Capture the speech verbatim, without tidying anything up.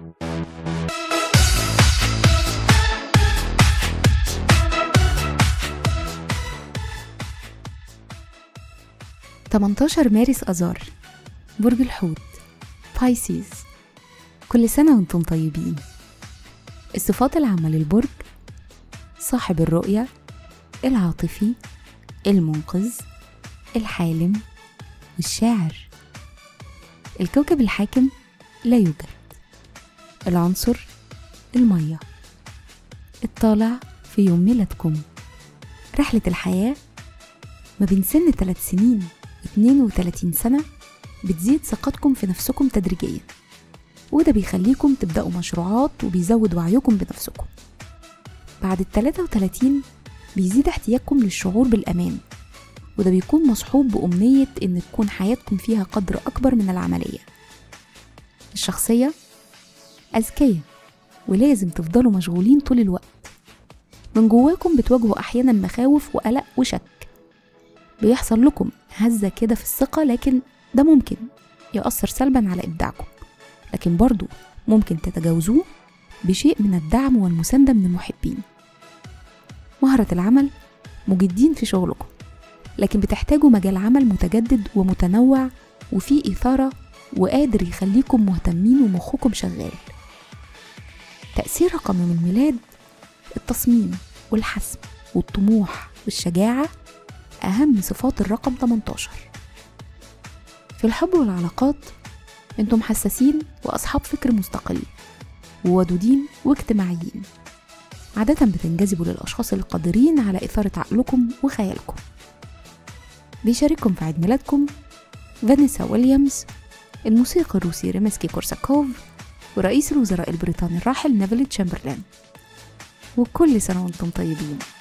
ثمانية عشر مارس أذار، برج الحوت، بايسيز. كل سنة وانتم طيبين. الصفات العامة للبرج: صاحب الرؤية، العاطفي، المنقذ، الحالم، والشاعر. الكوكب الحاكم لا يوجد. العنصر المية. الطالع في يوم ميلادكم. رحلة الحياة ما بين سن ثلاث سنين واثنين وثلاثين سنة بتزيد ثقتكم في نفسكم تدريجيا، وده بيخليكم تبدأوا مشروعات وبيزود وعيكم بنفسكم. بعد الثلاثة وثلاثين بيزيد احتياجكم للشعور بالأمان، وده بيكون مصحوب بأمنية إن تكون حياتكم فيها قدر أكبر من العملية. الشخصية: أذكياء ولازم تفضلوا مشغولين طول الوقت. من جواكم بتواجهوا أحيانا مخاوف وقلق وشك، بيحصل لكم هزة كده في الثقة، لكن ده ممكن يؤثر سلبا على إبداعكم، لكن برضو ممكن تتجاوزوه بشيء من الدعم والمساندة من المحبين. مهارة العمل: مجدين في شغلكم، لكن بتحتاجوا مجال عمل متجدد ومتنوع وفيه إثارة وقادر يخليكم مهتمين ومخكم شغال. تأثير رقم من الميلاد: التصميم والحسم والطموح والشجاعة أهم صفات الرقم ثمانية عشر. في الحب والعلاقات انتم حساسين وأصحاب فكر مستقل وودودين واجتماعيين، عادة بتنجذبوا للأشخاص القادرين على إثارة عقلكم وخيالكم. بيشارككم في عيد ميلادكم فانيسا ويليامز، الموسيقي الروسي ريمسكي كورساكوف، ورئيس الوزراء البريطاني الراحل نيفيل تشامبرلين. وكل سنة وانتم طيبين.